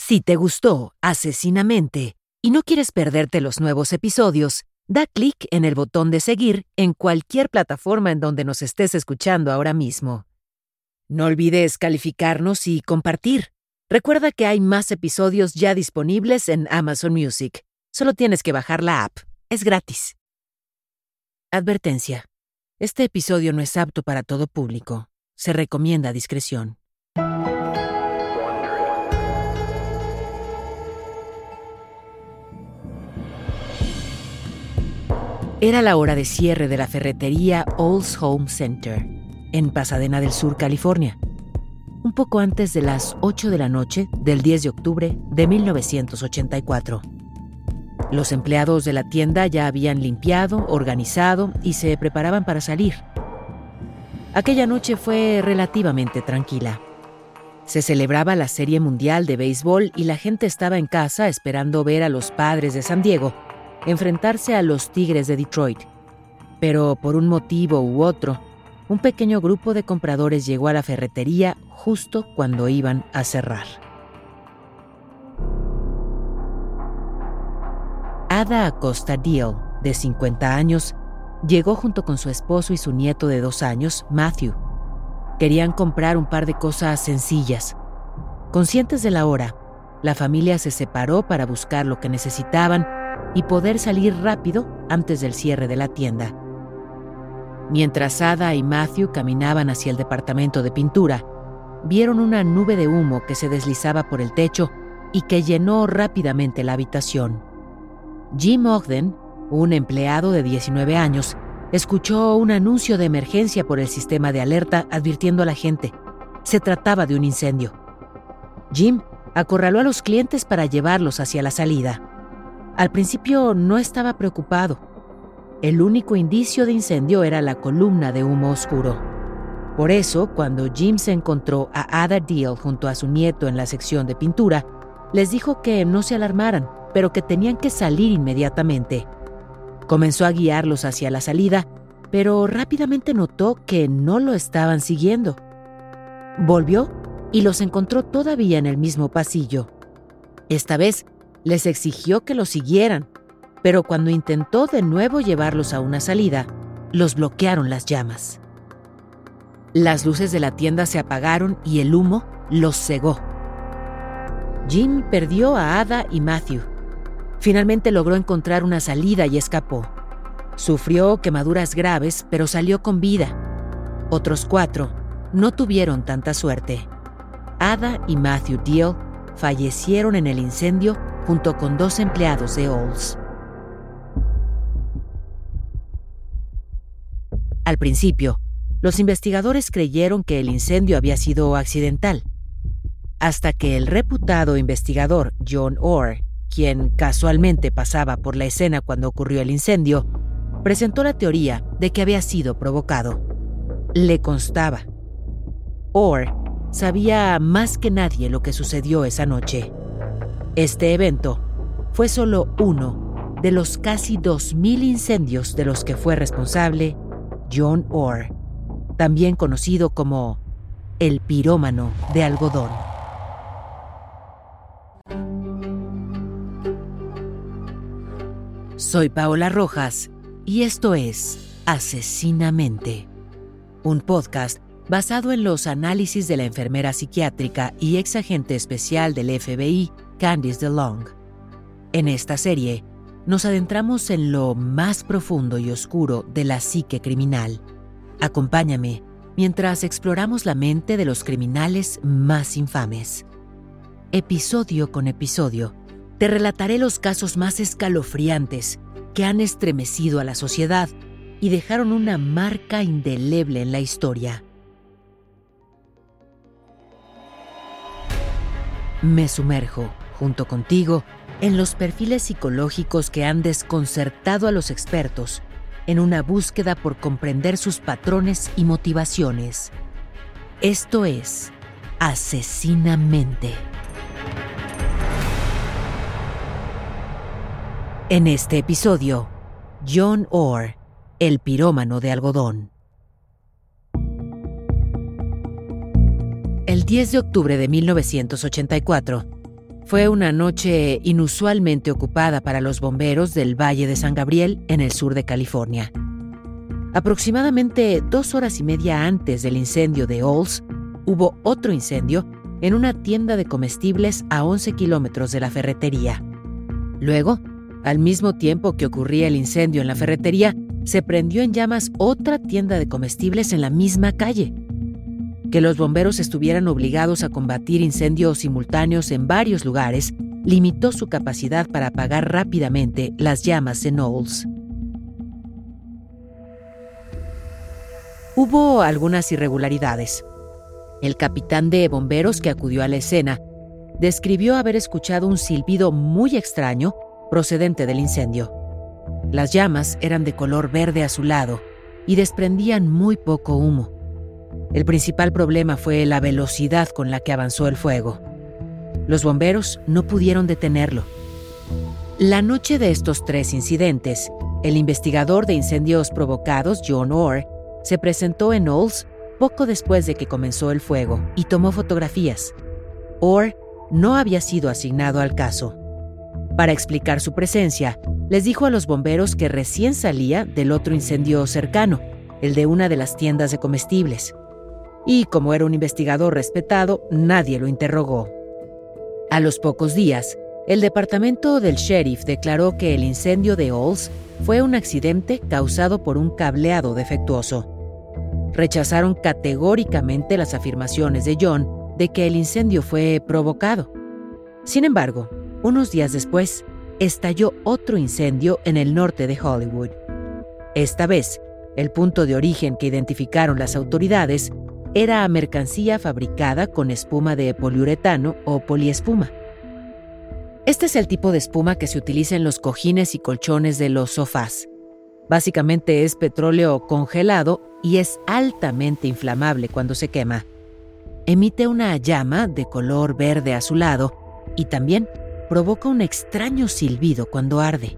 Si te gustó Asesinamente y no quieres perderte los nuevos episodios, da clic en el botón de seguir en cualquier plataforma en donde nos estés escuchando ahora mismo. No olvides calificarnos y compartir. Recuerda que hay más episodios ya disponibles en Amazon Music. Solo tienes que bajar la app. Es gratis. Advertencia. Este episodio no es apto para todo público. Se recomienda discreción. Era la hora de cierre de la ferretería Olds Home Center, en Pasadena del Sur, California, un poco antes de las 8 de la noche del 10 de octubre de 1984. Los empleados de la tienda ya habían limpiado, organizado y se preparaban para salir. Aquella noche fue relativamente tranquila. Se celebraba la Serie Mundial de Béisbol y la gente estaba en casa esperando ver a los Padres de San Diego enfrentarse a los Tigres de Detroit. Pero por un motivo u otro, un pequeño grupo de compradores llegó a la ferretería justo cuando iban a cerrar. Ada Acosta Deal, de 50 años, llegó junto con su esposo y su nieto de 2 años, Matthew. Querían comprar un par de cosas sencillas. Conscientes de la hora, la familia se separó para buscar lo que necesitaban y poder salir rápido antes del cierre de la tienda. Mientras Ada y Matthew caminaban hacia el departamento de pintura, vieron una nube de humo que se deslizaba por el techo y que llenó rápidamente la habitación. Jim Ogden, un empleado de 19 años, escuchó un anuncio de emergencia por el sistema de alerta advirtiendo a la gente. Se trataba de un incendio. Jim acorraló a los clientes para llevarlos hacia la salida. Al principio no estaba preocupado. El único indicio de incendio era la columna de humo oscuro. Por eso, cuando Jim se encontró a Ada Deal junto a su nieto en la sección de pintura, les dijo que no se alarmaran, pero que tenían que salir inmediatamente. Comenzó a guiarlos hacia la salida, pero rápidamente notó que no lo estaban siguiendo. Volvió y los encontró todavía en el mismo pasillo. Esta vez, les exigió que lo siguieran, pero cuando intentó de nuevo llevarlos a una salida, los bloquearon las llamas. Las luces de la tienda se apagaron y el humo los cegó. Jim perdió a Ada y Matthew. Finalmente logró encontrar una salida y escapó. Sufrió quemaduras graves, pero salió con vida. Otros 4 no tuvieron tanta suerte. Ada y Matthew Deal fallecieron en el incendio junto con 2 empleados de Olds. Al principio, los investigadores creyeron que el incendio había sido accidental, hasta que el reputado investigador John Orr, quien casualmente pasaba por la escena cuando ocurrió el incendio, presentó la teoría de que había sido provocado. Le constaba. Orr sabía más que nadie lo que sucedió esa noche. Este evento fue solo uno de los casi 2,000 incendios de los que fue responsable John Orr, también conocido como el pirómano de algodón. Soy Paola Rojas y esto es Asesinamente, un podcast basado en los análisis de la enfermera psiquiátrica y ex agente especial del FBI, Candice DeLong. En esta serie, nos adentramos en lo más profundo y oscuro de la psique criminal. Acompáñame mientras exploramos la mente de los criminales más infames. Episodio con episodio, te relataré los casos más escalofriantes que han estremecido a la sociedad y dejaron una marca indeleble en la historia. Me sumerjo, junto contigo, en los perfiles psicológicos que han desconcertado a los expertos en una búsqueda por comprender sus patrones y motivaciones. Esto es Asesinamente. En este episodio, John Orr, el pirómano de algodón. El 10 de octubre de 1984 Fue una noche inusualmente ocupada para los bomberos del Valle de San Gabriel, en el sur de California. Aproximadamente 2 horas y media antes del incendio de Olds, hubo otro incendio en una tienda de comestibles a 11 kilómetros de la ferretería. Luego, al mismo tiempo que ocurría el incendio en la ferretería, se prendió en llamas otra tienda de comestibles en la misma calle. Que los bomberos estuvieran obligados a combatir incendios simultáneos en varios lugares limitó su capacidad para apagar rápidamente las llamas en Olds. Hubo algunas irregularidades. El capitán de bomberos que acudió a la escena describió haber escuchado un silbido muy extraño procedente del incendio. Las llamas eran de color verde azulado y desprendían muy poco humo. El principal problema fue la velocidad con la que avanzó el fuego. Los bomberos no pudieron detenerlo. La noche de estos 3 incidentes, el investigador de incendios provocados, John Orr, se presentó en Olds poco después de que comenzó el fuego y tomó fotografías. Orr no había sido asignado al caso. Para explicar su presencia, les dijo a los bomberos que recién salía del otro incendio cercano, el de una de las tiendas de comestibles. Y como era un investigador respetado, nadie lo interrogó. A los pocos días, el departamento del sheriff declaró que el incendio de Olds fue un accidente causado por un cableado defectuoso. Rechazaron categóricamente las afirmaciones de John de que el incendio fue provocado. Sin embargo, unos días después, estalló otro incendio en el norte de Hollywood. Esta vez, el punto de origen que identificaron las autoridades era mercancía fabricada con espuma de poliuretano o poliespuma. Este es el tipo de espuma que se utiliza en los cojines y colchones de los sofás. Básicamente es petróleo congelado y es altamente inflamable cuando se quema. Emite una llama de color verde azulado y también provoca un extraño silbido cuando arde.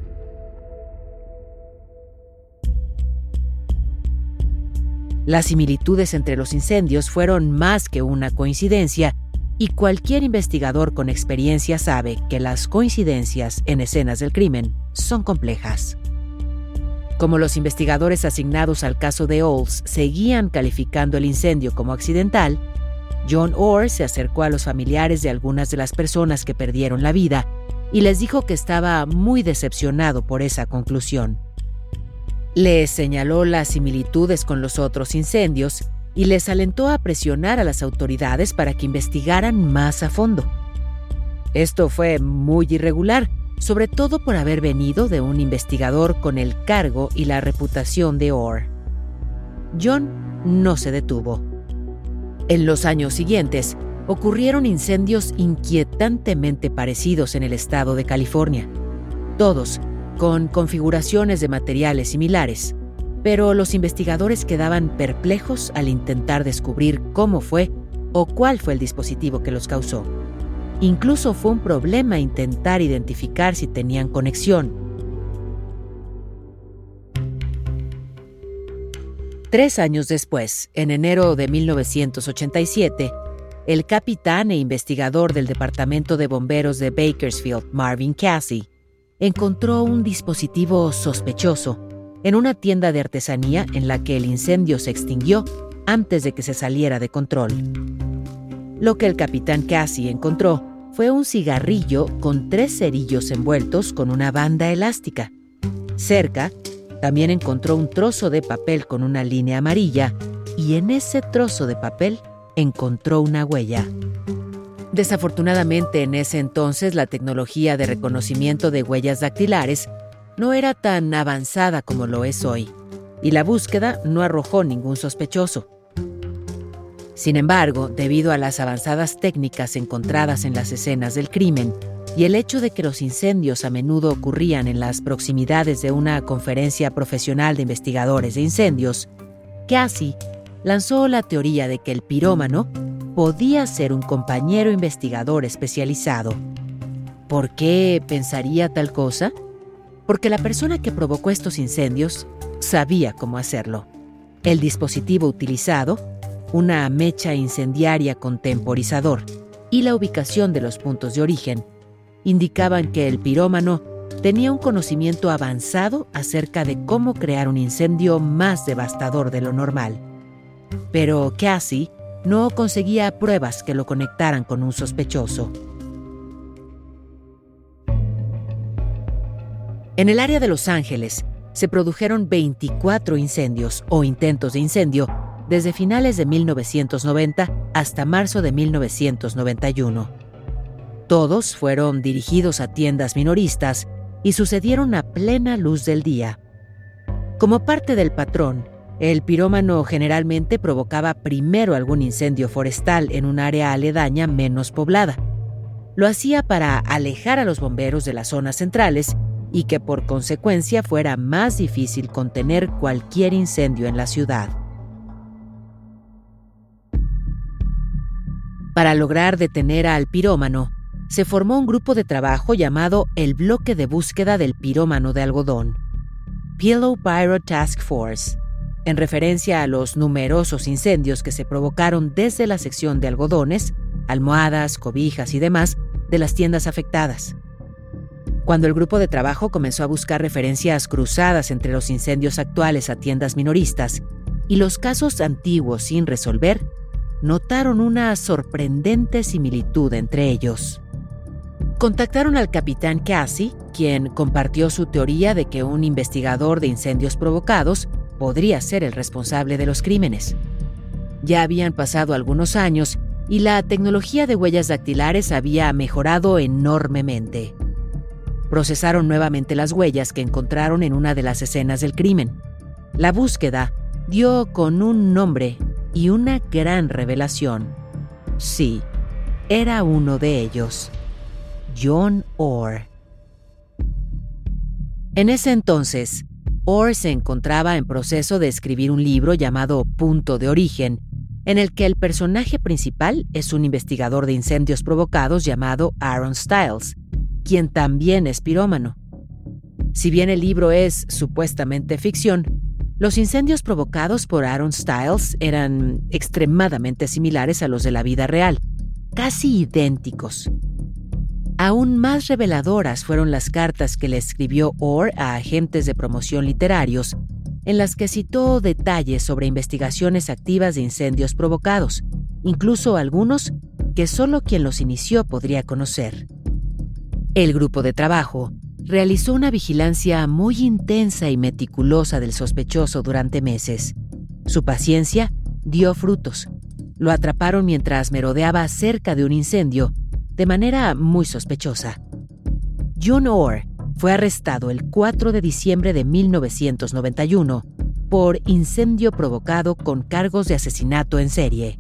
Las similitudes entre los incendios fueron más que una coincidencia, y cualquier investigador con experiencia sabe que las coincidencias en escenas del crimen son complejas. Como los investigadores asignados al caso de Olds seguían calificando el incendio como accidental, John Orr se acercó a los familiares de algunas de las personas que perdieron la vida y les dijo que estaba muy decepcionado por esa conclusión. Les señaló las similitudes con los otros incendios y les alentó a presionar a las autoridades para que investigaran más a fondo. Esto fue muy irregular, sobre todo por haber venido de un investigador con el cargo y la reputación de Orr. John no se detuvo. En los años siguientes, ocurrieron incendios inquietantemente parecidos en el estado de California. Todos con configuraciones de materiales similares, pero los investigadores quedaban perplejos al intentar descubrir cómo fue o cuál fue el dispositivo que los causó. Incluso fue un problema intentar identificar si tenían conexión. 3 años después, en enero de 1987, el capitán e investigador del Departamento de Bomberos de Bakersfield, Marvin Casey, encontró un dispositivo sospechoso en una tienda de artesanía en la que el incendio se extinguió antes de que se saliera de control. Lo que el capitán Casey encontró fue un cigarrillo con 3 cerillos envueltos con una banda elástica. Cerca, también encontró un trozo de papel con una línea amarilla y en ese trozo de papel encontró una huella. Desafortunadamente, en ese entonces la tecnología de reconocimiento de huellas dactilares no era tan avanzada como lo es hoy, y la búsqueda no arrojó ningún sospechoso. Sin embargo, debido a las avanzadas técnicas encontradas en las escenas del crimen y el hecho de que los incendios a menudo ocurrían en las proximidades de una conferencia profesional de investigadores de incendios, Casey lanzó la teoría de que el pirómano podía ser un compañero investigador especializado. ¿Por qué pensaría tal cosa? Porque la persona que provocó estos incendios sabía cómo hacerlo. El dispositivo utilizado, una mecha incendiaria con temporizador y la ubicación de los puntos de origen indicaban que el pirómano tenía un conocimiento avanzado acerca de cómo crear un incendio más devastador de lo normal. Pero Cassie no conseguía pruebas que lo conectaran con un sospechoso. En el área de Los Ángeles se produjeron 24 incendios o intentos de incendio desde finales de 1990 hasta marzo de 1991. Todos fueron dirigidos a tiendas minoristas y sucedieron a plena luz del día. Como parte del patrón, el pirómano generalmente provocaba primero algún incendio forestal en un área aledaña menos poblada. Lo hacía para alejar a los bomberos de las zonas centrales y que por consecuencia fuera más difícil contener cualquier incendio en la ciudad. Para lograr detener al pirómano, se formó un grupo de trabajo llamado el Bloque de Búsqueda del Pirómano de Algodón, Pillow Pyro Task Force, en referencia a los numerosos incendios que se provocaron desde la sección de algodones, almohadas, cobijas y demás de las tiendas afectadas. Cuando el grupo de trabajo comenzó a buscar referencias cruzadas entre los incendios actuales a tiendas minoristas y los casos antiguos sin resolver, notaron una sorprendente similitud entre ellos. Contactaron al capitán Cassie, quien compartió su teoría de que un investigador de incendios provocados podría ser el responsable de los crímenes. Ya habían pasado algunos años y la tecnología de huellas dactilares había mejorado enormemente. Procesaron nuevamente las huellas que encontraron en una de las escenas del crimen. La búsqueda dio con un nombre y una gran revelación. Sí, era uno de ellos. John Orr. En ese entonces, Orr se encontraba en proceso de escribir un libro llamado Punto de Origen, en el que el personaje principal es un investigador de incendios provocados llamado Aaron Stiles, quien también es pirómano. Si bien el libro es supuestamente ficción, los incendios provocados por Aaron Stiles eran extremadamente similares a los de la vida real, casi idénticos. Aún más reveladoras fueron las cartas que le escribió Orr a agentes de promoción literarios, en las que citó detalles sobre investigaciones activas de incendios provocados, incluso algunos que solo quien los inició podría conocer. El grupo de trabajo realizó una vigilancia muy intensa y meticulosa del sospechoso durante meses. Su paciencia dio frutos. Lo atraparon mientras merodeaba cerca de un incendio, de manera muy sospechosa. John Orr fue arrestado el 4 de diciembre de 1991 por incendio provocado con cargos de asesinato en serie.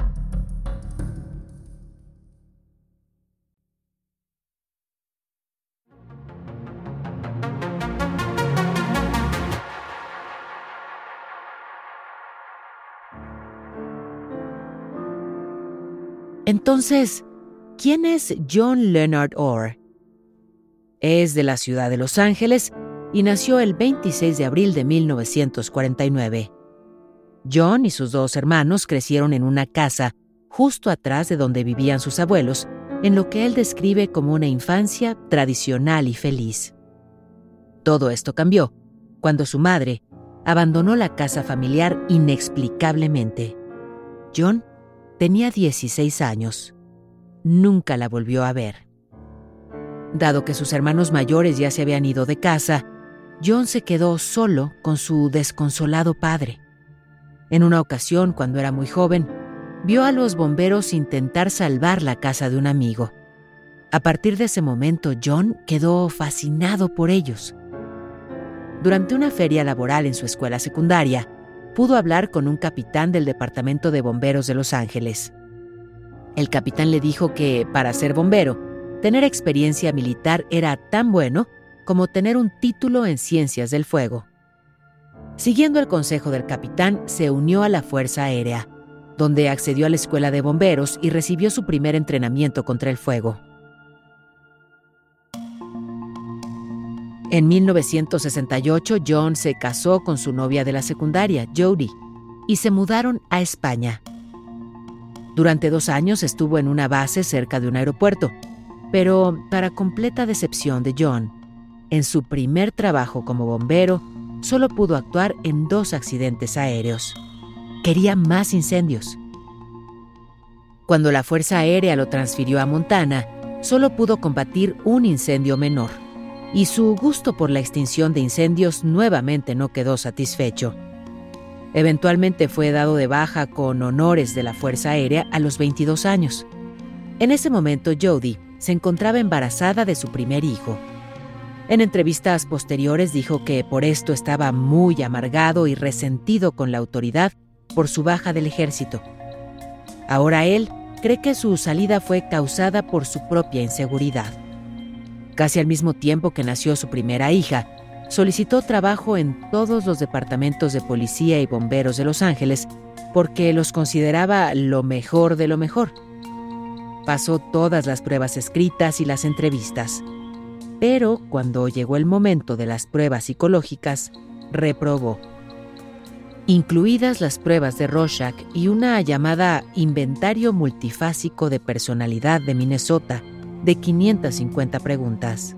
Entonces, ¿quién es John Leonard Orr? Es de la ciudad de Los Ángeles y nació el 26 de abril de 1949. John y sus dos hermanos crecieron en una casa justo atrás de donde vivían sus abuelos, en lo que él describe como una infancia tradicional y feliz. Todo esto cambió cuando su madre abandonó la casa familiar inexplicablemente. John tenía 16 años. Nunca la volvió a ver. Dado que sus hermanos mayores ya se habían ido de casa, John se quedó solo con su desconsolado padre. En una ocasión, cuando era muy joven, vio a los bomberos intentar salvar la casa de un amigo. A partir de ese momento, John quedó fascinado por ellos. Durante una feria laboral en su escuela secundaria, pudo hablar con un capitán del Departamento de Bomberos de Los Ángeles. El capitán le dijo que, para ser bombero, tener experiencia militar era tan bueno como tener un título en ciencias del fuego. Siguiendo el consejo del capitán, se unió a la Fuerza Aérea, donde accedió a la escuela de bomberos y recibió su primer entrenamiento contra el fuego. En 1968, John se casó con su novia de la secundaria, Jody, y se mudaron a España. Durante 2 años estuvo en una base cerca de un aeropuerto. Pero, para completa decepción de John, en su primer trabajo como bombero, solo pudo actuar en 2 accidentes aéreos. Quería más incendios. Cuando la Fuerza Aérea lo transfirió a Montana, solo pudo combatir un incendio menor, y su gusto por la extinción de incendios nuevamente no quedó satisfecho. Eventualmente fue dado de baja con honores de la Fuerza Aérea a los 22 años. En ese momento, Jody se encontraba embarazada de su primer hijo. En entrevistas posteriores dijo que por esto estaba muy amargado y resentido con la autoridad por su baja del ejército. Ahora él cree que su salida fue causada por su propia inseguridad. Casi al mismo tiempo que nació su primera hija, solicitó trabajo en todos los departamentos de policía y bomberos de Los Ángeles porque los consideraba lo mejor de lo mejor. Pasó todas las pruebas escritas y las entrevistas, pero cuando llegó el momento de las pruebas psicológicas, reprobó, incluidas las pruebas de Rorschach y una llamada Inventario Multifásico de Personalidad de Minnesota de 550 preguntas.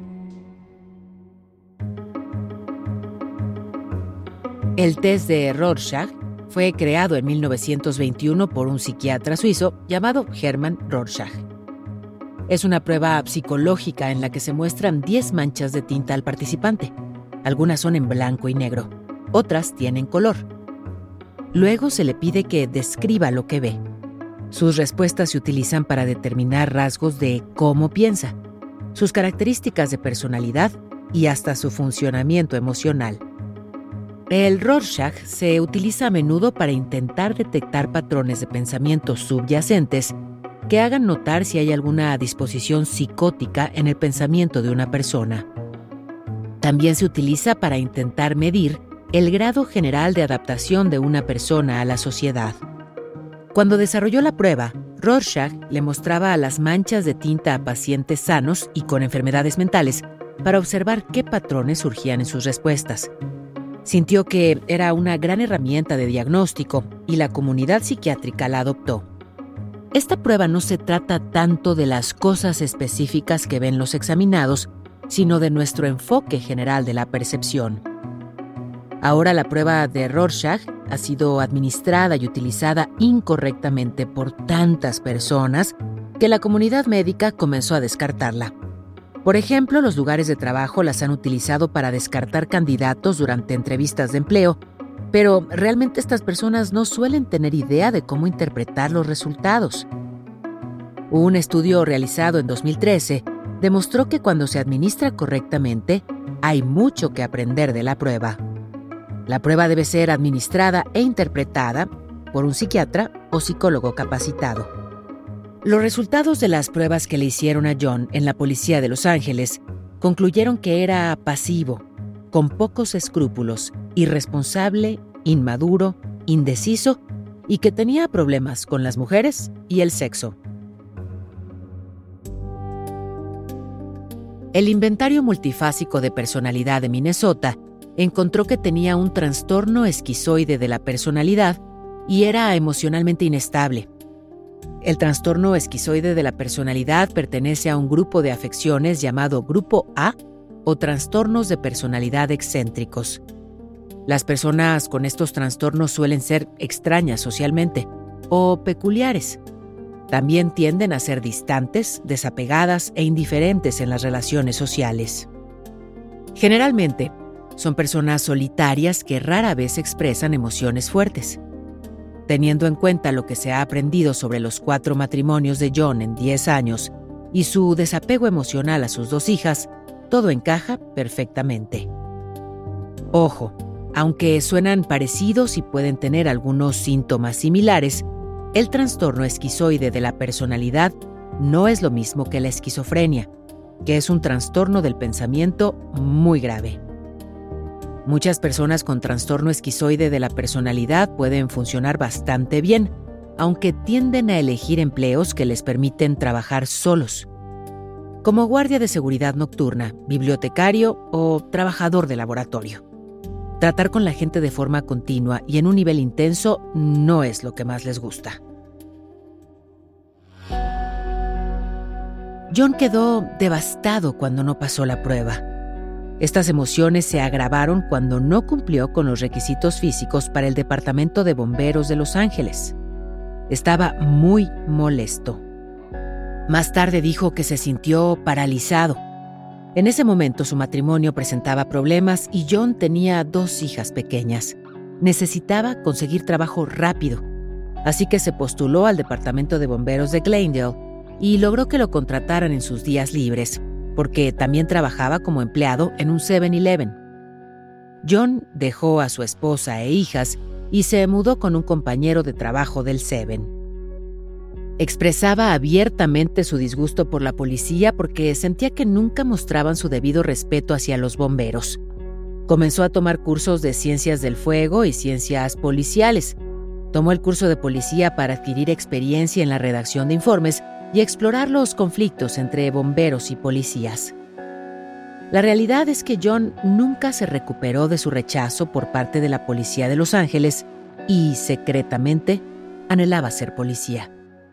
El test de Rorschach fue creado en 1921 por un psiquiatra suizo llamado Hermann Rorschach. Es una prueba psicológica en la que se muestran 10 manchas de tinta al participante. Algunas son en blanco y negro, otras tienen color. Luego se le pide que describa lo que ve. Sus respuestas se utilizan para determinar rasgos de cómo piensa, sus características de personalidad y hasta su funcionamiento emocional. El Rorschach se utiliza a menudo para intentar detectar patrones de pensamiento subyacentes que hagan notar si hay alguna disposición psicótica en el pensamiento de una persona. También se utiliza para intentar medir el grado general de adaptación de una persona a la sociedad. Cuando desarrolló la prueba, Rorschach le mostraba las manchas de tinta a pacientes sanos y con enfermedades mentales para observar qué patrones surgían en sus respuestas. Sintió que era una gran herramienta de diagnóstico y la comunidad psiquiátrica la adoptó. Esta prueba no se trata tanto de las cosas específicas que ven los examinados, sino de nuestro enfoque general de la percepción. Ahora la prueba de Rorschach ha sido administrada y utilizada incorrectamente por tantas personas que la comunidad médica comenzó a descartarla. Por ejemplo, los lugares de trabajo las han utilizado para descartar candidatos durante entrevistas de empleo, pero realmente estas personas no suelen tener idea de cómo interpretar los resultados. Un estudio realizado en 2013 demostró que cuando se administra correctamente, hay mucho que aprender de la prueba. La prueba debe ser administrada e interpretada por un psiquiatra o psicólogo capacitado. Los resultados de las pruebas que le hicieron a John en la policía de Los Ángeles concluyeron que era pasivo, con pocos escrúpulos, irresponsable, inmaduro, indeciso y que tenía problemas con las mujeres y el sexo. El Inventario Multifásico de Personalidad de Minnesota encontró que tenía un trastorno esquizoide de la personalidad y era emocionalmente inestable. El trastorno esquizoide de la personalidad pertenece a un grupo de afecciones llamado Grupo A o trastornos de personalidad excéntricos. Las personas con estos trastornos suelen ser extrañas socialmente o peculiares. También tienden a ser distantes, desapegadas e indiferentes en las relaciones sociales. Generalmente, son personas solitarias que rara vez expresan emociones fuertes. Teniendo en cuenta lo que se ha aprendido sobre los 4 matrimonios de John en 10 años y su desapego emocional a sus 2 hijas, todo encaja perfectamente. Ojo, aunque suenan parecidos y pueden tener algunos síntomas similares, el trastorno esquizoide de la personalidad no es lo mismo que la esquizofrenia, que es un trastorno del pensamiento muy grave. Muchas personas con trastorno esquizoide de la personalidad pueden funcionar bastante bien, aunque tienden a elegir empleos que les permiten trabajar solos, como guardia de seguridad nocturna, bibliotecario o trabajador de laboratorio. Tratar con la gente de forma continua y en un nivel intenso no es lo que más les gusta. John quedó devastado cuando no pasó la prueba. Estas emociones se agravaron cuando no cumplió con los requisitos físicos para el Departamento de Bomberos de Los Ángeles. Estaba muy molesto. Más tarde dijo que se sintió paralizado. En ese momento su matrimonio presentaba problemas y John tenía 2 hijas pequeñas. Necesitaba conseguir trabajo rápido, así que se postuló al Departamento de Bomberos de Glendale y logró que lo contrataran en sus días libres, porque también trabajaba como empleado en un 7-Eleven. John dejó a su esposa e hijas y se mudó con un compañero de trabajo del 7. Expresaba abiertamente su disgusto por la policía porque sentía que nunca mostraban su debido respeto hacia los bomberos. Comenzó a tomar cursos de ciencias del fuego y ciencias policiales. Tomó el curso de policía para adquirir experiencia en la redacción de informes y explorar los conflictos entre bomberos y policías. La realidad es que John nunca se recuperó de su rechazo por parte de la policía de Los Ángeles y, secretamente, anhelaba ser policía.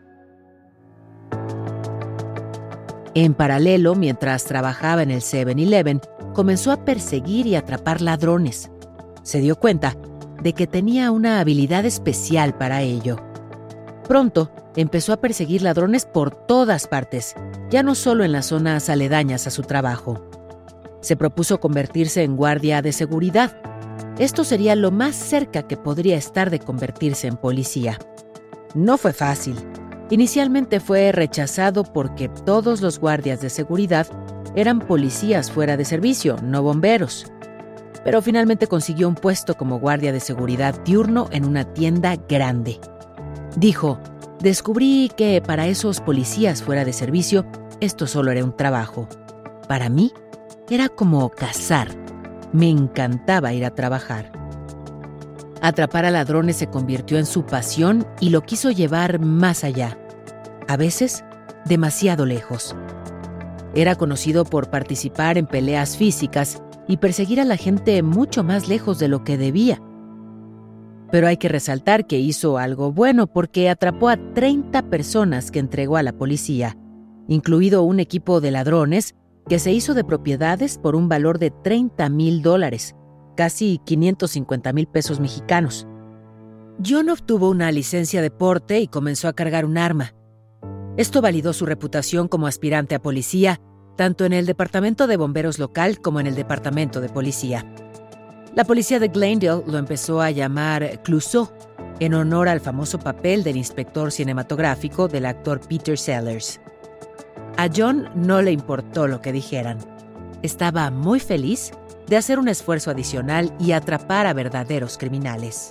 En paralelo, mientras trabajaba en el 7-Eleven, comenzó a perseguir y atrapar ladrones. Se dio cuenta de que tenía una habilidad especial para ello. Pronto, empezó a perseguir ladrones por todas partes, ya no solo en las zonas aledañas a su trabajo. Se propuso convertirse en guardia de seguridad. Esto sería lo más cerca que podría estar de convertirse en policía. No fue fácil. Inicialmente fue rechazado porque todos los guardias de seguridad eran policías fuera de servicio, no bomberos. Pero finalmente consiguió un puesto como guardia de seguridad diurno en una tienda grande. Dijo: descubrí que para esos policías fuera de servicio, esto solo era un trabajo. Para mí, era como cazar. Me encantaba ir a trabajar. Atrapar a ladrones se convirtió en su pasión y lo quiso llevar más allá. A veces, demasiado lejos. Era conocido por participar en peleas físicas y perseguir a la gente mucho más lejos de lo que debía. Pero hay que resaltar que hizo algo bueno porque atrapó a 30 personas que entregó a la policía, incluido un equipo de ladrones que se hizo de propiedades por un valor de $30,000, casi 550,000 pesos mexicanos. John obtuvo una licencia de porte y comenzó a cargar un arma. Esto validó su reputación como aspirante a policía, tanto en el departamento de bomberos local como en el departamento de policía. La policía de Glendale lo empezó a llamar Clouseau, en honor al famoso papel del inspector cinematográfico del actor Peter Sellers. A John no le importó lo que dijeran. Estaba muy feliz de hacer un esfuerzo adicional y atrapar a verdaderos criminales.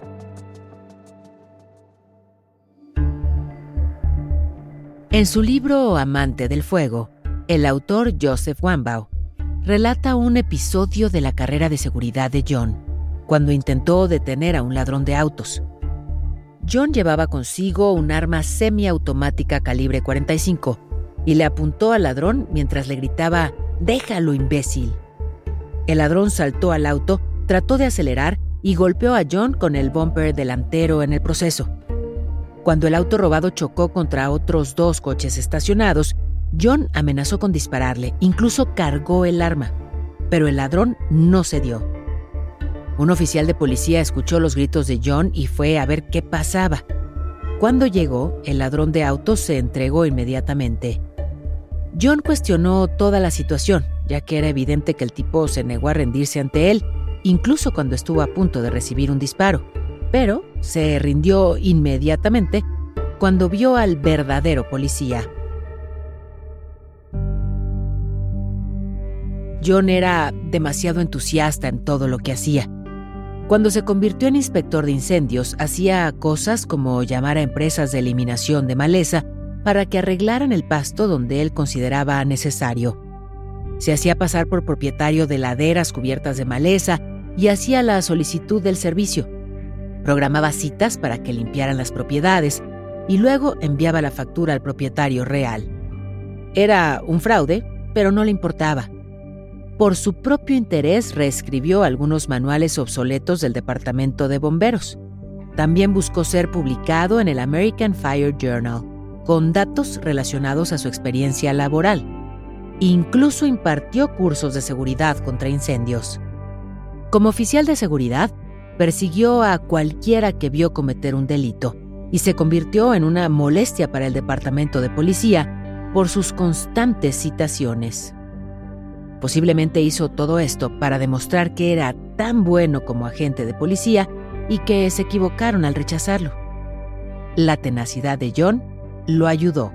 En su libro Amante del Fuego, el autor Joseph Wambaugh relata un episodio de la carrera de seguridad de John, cuando intentó detener a un ladrón de autos. John llevaba consigo un arma semiautomática calibre .45 y le apuntó al ladrón mientras le gritaba: «¡Déjalo, imbécil!». El ladrón saltó al auto, trató de acelerar y golpeó a John con el bumper delantero en el proceso. Cuando el auto robado chocó contra otros 2 coches estacionados, John amenazó con dispararle, incluso cargó el arma, pero el ladrón no cedió. Un oficial de policía escuchó los gritos de John y fue a ver qué pasaba. Cuando llegó, el ladrón de autos se entregó inmediatamente. John cuestionó toda la situación, ya que era evidente que el tipo se negó a rendirse ante él, incluso cuando estuvo a punto de recibir un disparo, pero se rindió inmediatamente cuando vio al verdadero policía. John era demasiado entusiasta en todo lo que hacía. Cuando se convirtió en inspector de incendios, hacía cosas como llamar a empresas de eliminación de maleza para que arreglaran el pasto donde él consideraba necesario. Se hacía pasar por propietario de laderas cubiertas de maleza y hacía la solicitud del servicio. Programaba citas para que limpiaran las propiedades y luego enviaba la factura al propietario real. Era un fraude, pero no le importaba. Por su propio interés reescribió algunos manuales obsoletos del Departamento de Bomberos. También buscó ser publicado en el American Fire Journal, con datos relacionados a su experiencia laboral. Incluso impartió cursos de seguridad contra incendios. Como oficial de seguridad, persiguió a cualquiera que vio cometer un delito y se convirtió en una molestia para el departamento de policía por sus constantes citaciones. Posiblemente hizo todo esto para demostrar que era tan bueno como agente de policía y que se equivocaron al rechazarlo. La tenacidad de John lo ayudó.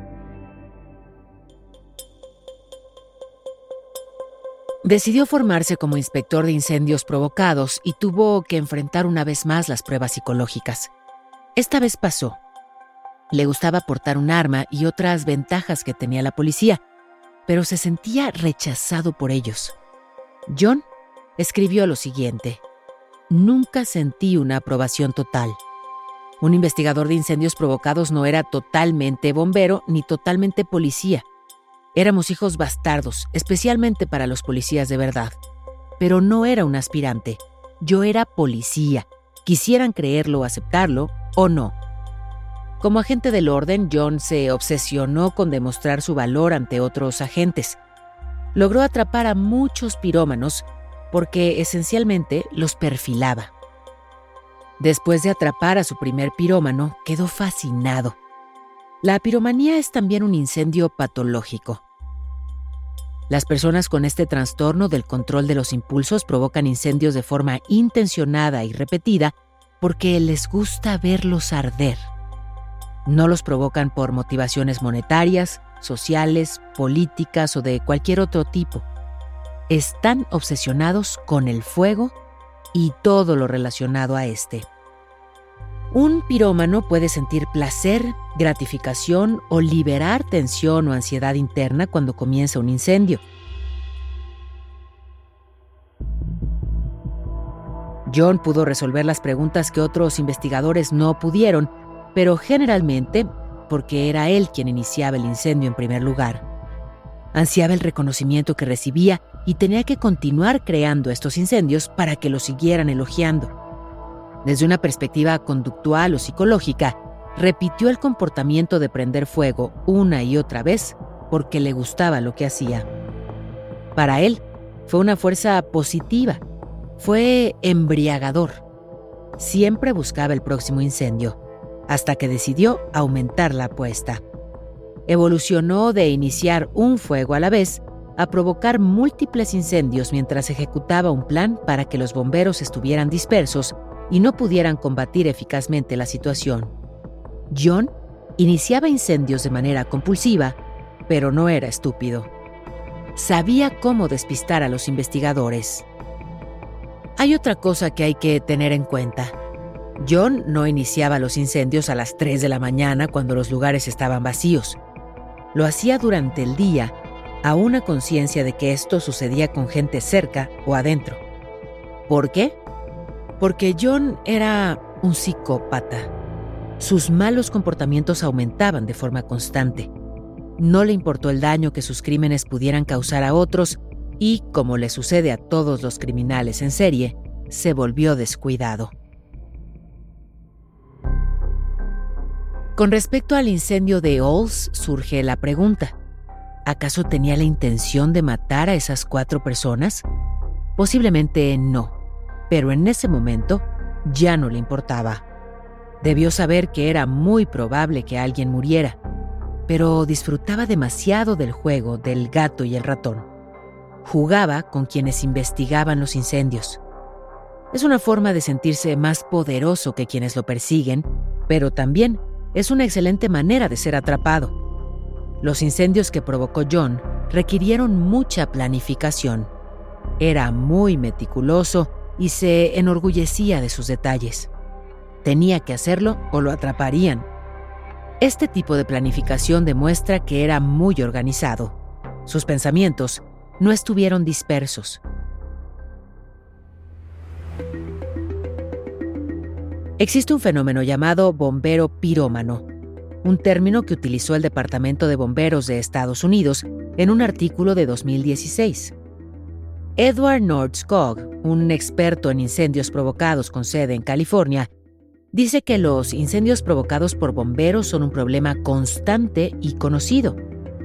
Decidió formarse como inspector de incendios provocados y tuvo que enfrentar una vez más las pruebas psicológicas. Esta vez pasó. Le gustaba portar un arma y otras ventajas que tenía la policía, pero se sentía rechazado por ellos. John escribió lo siguiente: nunca sentí una aprobación total. Un investigador de incendios provocados no era totalmente bombero ni totalmente policía. Éramos hijos bastardos, especialmente para los policías de verdad. Pero no era un aspirante. Yo era policía, quisieran creerlo o aceptarlo o no. Como agente del orden, John se obsesionó con demostrar su valor ante otros agentes. Logró atrapar a muchos pirómanos porque esencialmente los perfilaba. Después de atrapar a su primer pirómano, quedó fascinado. La piromanía es también un incendio patológico. Las personas con este trastorno del control de los impulsos provocan incendios de forma intencionada y repetida porque les gusta verlos arder. No los provocan por motivaciones monetarias, sociales, políticas o de cualquier otro tipo. Están obsesionados con el fuego y todo lo relacionado a este. Un pirómano puede sentir placer, gratificación o liberar tensión o ansiedad interna cuando comienza un incendio. John pudo resolver las preguntas que otros investigadores no pudieron, pero generalmente porque era él quien iniciaba el incendio en primer lugar. Ansiaba el reconocimiento que recibía y tenía que continuar creando estos incendios para que lo siguieran elogiando. Desde una perspectiva conductual o psicológica, repitió el comportamiento de prender fuego una y otra vez porque le gustaba lo que hacía. Para él, fue una fuerza positiva. Fue embriagador. Siempre buscaba el próximo incendio, hasta que decidió aumentar la apuesta. Evolucionó de iniciar un fuego a la vez a provocar múltiples incendios mientras ejecutaba un plan para que los bomberos estuvieran dispersos y no pudieran combatir eficazmente la situación. John iniciaba incendios de manera compulsiva, pero no era estúpido. Sabía cómo despistar a los investigadores. Hay otra cosa que hay que tener en cuenta. John no iniciaba los incendios a las 3 de la mañana cuando los lugares estaban vacíos. Lo hacía durante el día, a una conciencia de que esto sucedía con gente cerca o adentro. ¿Por qué? Porque John era un psicópata. Sus malos comportamientos aumentaban de forma constante. No le importó el daño que sus crímenes pudieran causar a otros y, como le sucede a todos los criminales en serie, se volvió descuidado. Con respecto al incendio de Olds, surge la pregunta: ¿acaso tenía la intención de matar a esas 4 personas? Posiblemente no, pero en ese momento ya no le importaba. Debió saber que era muy probable que alguien muriera, pero disfrutaba demasiado del juego del gato y el ratón. Jugaba con quienes investigaban los incendios. Es una forma de sentirse más poderoso que quienes lo persiguen, pero también es una excelente manera de ser atrapado. Los incendios que provocó John requirieron mucha planificación. Era muy meticuloso y se enorgullecía de sus detalles. Tenía que hacerlo o lo atraparían. Este tipo de planificación demuestra que era muy organizado. Sus pensamientos no estuvieron dispersos. Existe un fenómeno llamado bombero pirómano, un término que utilizó el Departamento de Bomberos de Estados Unidos en un artículo de 2016. Edward Nordskog, un experto en incendios provocados con sede en California, dice que los incendios provocados por bomberos son un problema constante y conocido.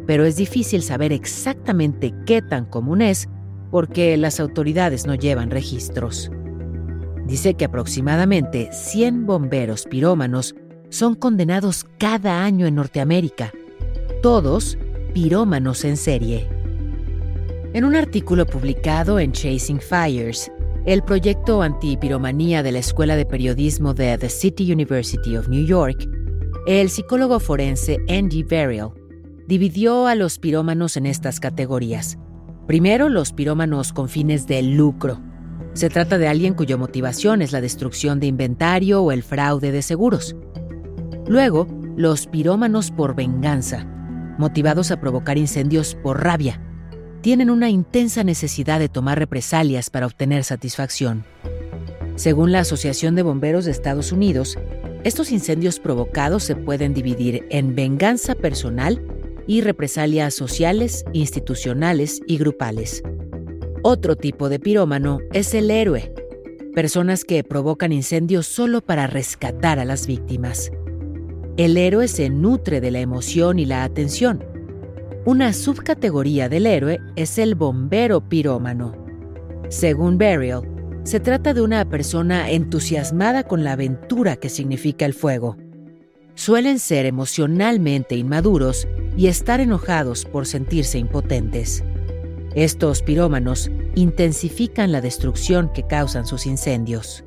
pero es difícil saber exactamente qué tan común es porque las autoridades no llevan registros. Dice que aproximadamente 100 bomberos pirómanos son condenados cada año en Norteamérica, todos pirómanos en serie. En un artículo publicado en Chasing Fires, el proyecto antipiromanía de la Escuela de Periodismo de The City University of New York, el psicólogo forense Andy Verrill dividió a los pirómanos en estas categorías. Primero, los pirómanos con fines de lucro. Se trata de alguien cuya motivación es la destrucción de inventario o el fraude de seguros. Luego, los pirómanos por venganza, motivados a provocar incendios por rabia. Tienen una intensa necesidad de tomar represalias para obtener satisfacción. Según la Asociación de Bomberos de Estados Unidos, estos incendios provocados se pueden dividir en venganza personal y represalias sociales, institucionales y grupales. Otro tipo de pirómano es el héroe, personas que provocan incendios solo para rescatar a las víctimas. El héroe se nutre de la emoción y la atención. Una subcategoría del héroe es el bombero pirómano. Según Verrill, se trata de una persona entusiasmada con la aventura que significa el fuego. Suelen ser emocionalmente inmaduros y estar enojados por sentirse impotentes. Estos pirómanos intensifican la destrucción que causan sus incendios.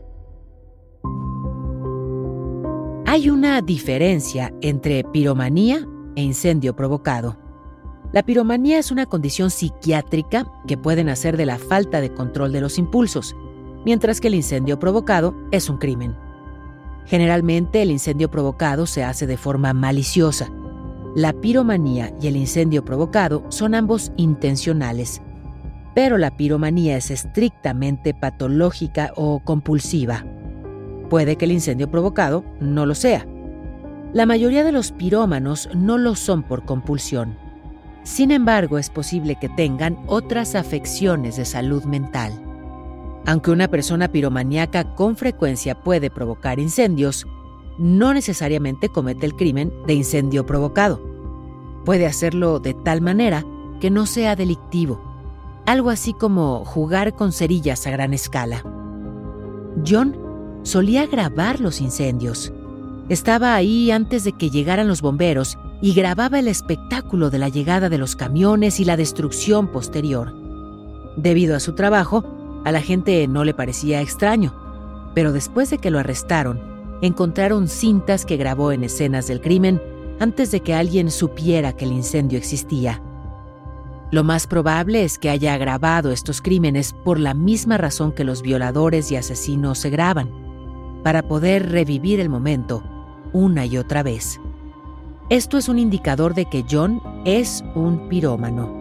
Hay una diferencia entre piromanía e incendio provocado. La piromanía es una condición psiquiátrica que puede nacer de la falta de control de los impulsos, mientras que el incendio provocado es un crimen. Generalmente el incendio provocado se hace de forma maliciosa. La piromanía y el incendio provocado son ambos intencionales, pero la piromanía es estrictamente patológica o compulsiva. Puede que el incendio provocado no lo sea. La mayoría de los pirómanos no lo son por compulsión. Sin embargo, es posible que tengan otras afecciones de salud mental. Aunque una persona piromaníaca con frecuencia puede provocar incendios, no necesariamente comete el crimen de incendio provocado. Puede hacerlo de tal manera que no sea delictivo, algo así como jugar con cerillas a gran escala. John solía grabar los incendios. Estaba ahí antes de que llegaran los bomberos y grababa el espectáculo de la llegada de los camiones y la destrucción posterior. Debido a su trabajo, a la gente no le parecía extraño, pero después de que lo arrestaron, encontraron cintas que grabó en escenas del crimen antes de que alguien supiera que el incendio existía. Lo más probable es que haya grabado estos crímenes por la misma razón que los violadores y asesinos se graban, para poder revivir el momento una y otra vez. Esto es un indicador de que John es un pirómano.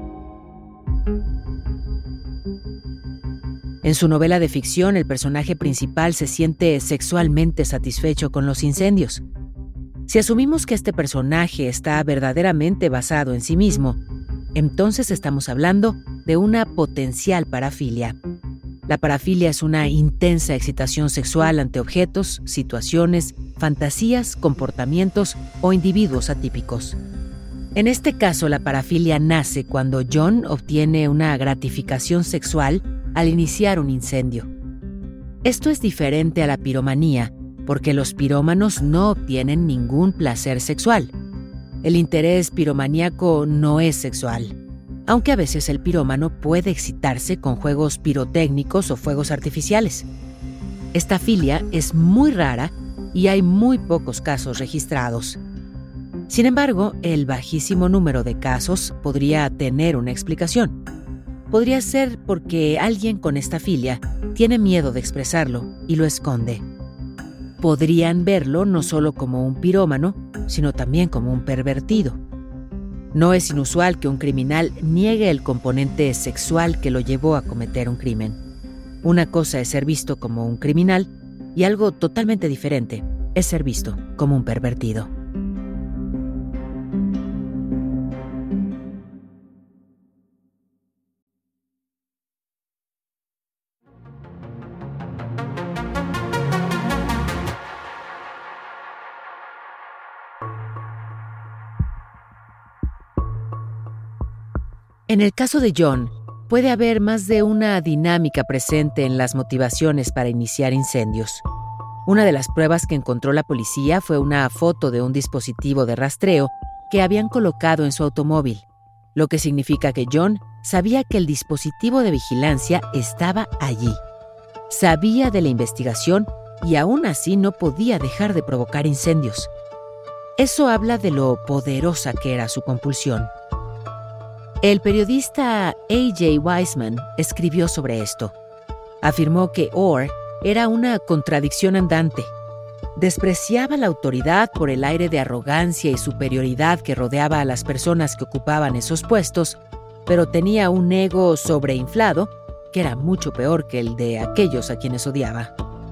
En su novela de ficción, el personaje principal se siente sexualmente satisfecho con los incendios. Si asumimos que este personaje está verdaderamente basado en sí mismo, entonces estamos hablando de una potencial parafilia. La parafilia es una intensa excitación sexual ante objetos, situaciones, fantasías, comportamientos o individuos atípicos. En este caso, la parafilia nace cuando John obtiene una gratificación sexual al iniciar un incendio. Esto es diferente a la piromanía, porque los pirómanos no obtienen ningún placer sexual. El interés piromaníaco no es sexual, aunque a veces el pirómano puede excitarse con juegos pirotécnicos o fuegos artificiales. Esta filia es muy rara y hay muy pocos casos registrados. Sin embargo, el bajísimo número de casos podría tener una explicación. Podría ser porque alguien con esta filia tiene miedo de expresarlo y lo esconde. Podrían verlo no solo como un pirómano, sino también como un pervertido. No es inusual que un criminal niegue el componente sexual que lo llevó a cometer un crimen. Una cosa es ser visto como un criminal y algo totalmente diferente es ser visto como un pervertido. En el caso de John, puede haber más de una dinámica presente en las motivaciones para iniciar incendios. Una de las pruebas que encontró la policía fue una foto de un dispositivo de rastreo que habían colocado en su automóvil, lo que significa que John sabía que el dispositivo de vigilancia estaba allí. Sabía de la investigación y aún así no podía dejar de provocar incendios. Eso habla de lo poderosa que era su compulsión. El periodista A.J. Weissman escribió sobre esto. Afirmó que Orr era una contradicción andante. Despreciaba la autoridad por el aire de arrogancia y superioridad que rodeaba a las personas que ocupaban esos puestos, pero tenía un ego sobreinflado que era mucho peor que el de aquellos a quienes odiaba.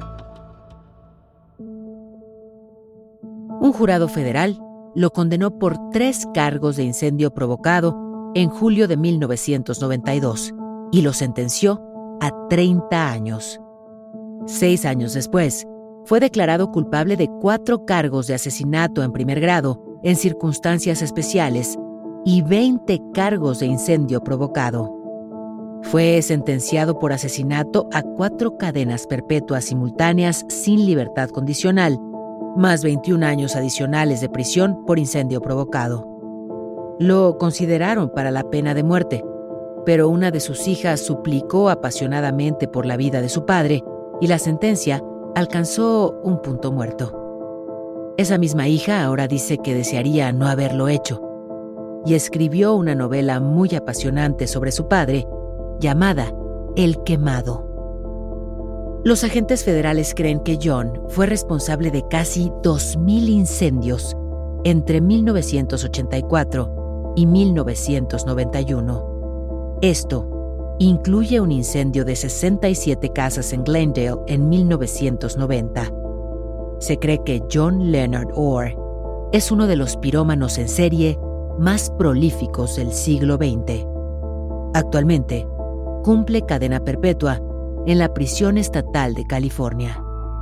Un jurado federal lo condenó por 3 cargos de incendio provocado en julio de 1992 y lo sentenció a 30 años. 6 años después, fue declarado culpable de 4 cargos de asesinato en primer grado en circunstancias especiales y 20 cargos de incendio provocado. Fue sentenciado por asesinato a 4 cadenas perpetuas simultáneas sin libertad condicional, más 21 años adicionales de prisión por incendio provocado. Lo consideraron para la pena de muerte, pero una de sus hijas suplicó apasionadamente por la vida de su padre y la sentencia alcanzó un punto muerto. Esa misma hija ahora dice que desearía no haberlo hecho y escribió una novela muy apasionante sobre su padre llamada El Quemado. Los agentes federales creen que John fue responsable de casi 2,000 incendios entre 1984 y 1991. Esto incluye un incendio de 67 casas en Glendale en 1990. Se cree que John Leonard Orr es uno de los pirómanos en serie más prolíficos del siglo XX. Actualmente, cumple cadena perpetua en la prisión estatal de California.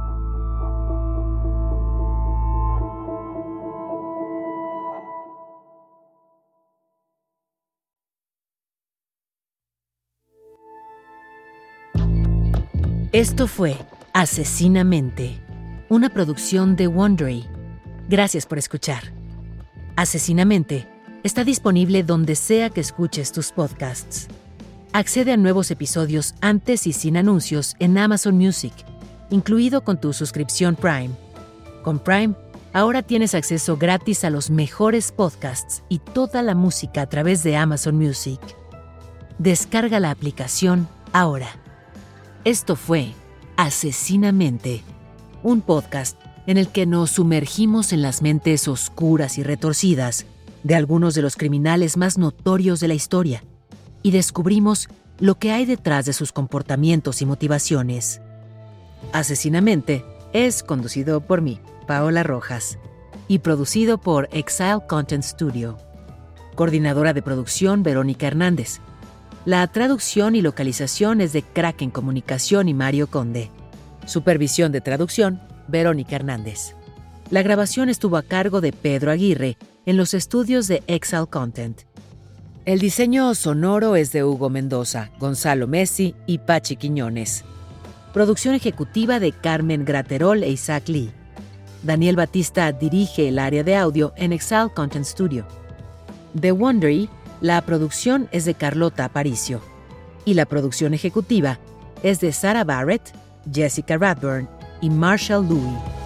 Esto fue Asesinamente, una producción de Wondery. Gracias por escuchar. Asesinamente está disponible donde sea que escuches tus podcasts. Accede a nuevos episodios antes y sin anuncios en Amazon Music, incluido con tu suscripción Prime. Con Prime, ahora tienes acceso gratis a los mejores podcasts y toda la música a través de Amazon Music. Descarga la aplicación ahora. Esto fue Asesinamente, un podcast en el que nos sumergimos en las mentes oscuras y retorcidas de algunos de los criminales más notorios de la historia y descubrimos lo que hay detrás de sus comportamientos y motivaciones. Asesinamente es conducido por mí, Paola Rojas, y producido por Exile Content Studio. Coordinadora de producción, Verónica Hernández. La traducción y localización es de Kraken Comunicación y Mario Conde. Supervisión de traducción, Verónica Hernández. La grabación estuvo a cargo de Pedro Aguirre en los estudios de Exile Content. El diseño sonoro es de Hugo Mendoza, Gonzalo Messi y Pachi Quiñones. Producción ejecutiva de Carmen Graterol e Isaac Lee. Daniel Batista dirige el área de audio en Exile Content Studio. De Wondery, la producción es de Carlota Aparicio y la producción ejecutiva es de Sarah Barrett, Jessica Radburn y Marshall Louis.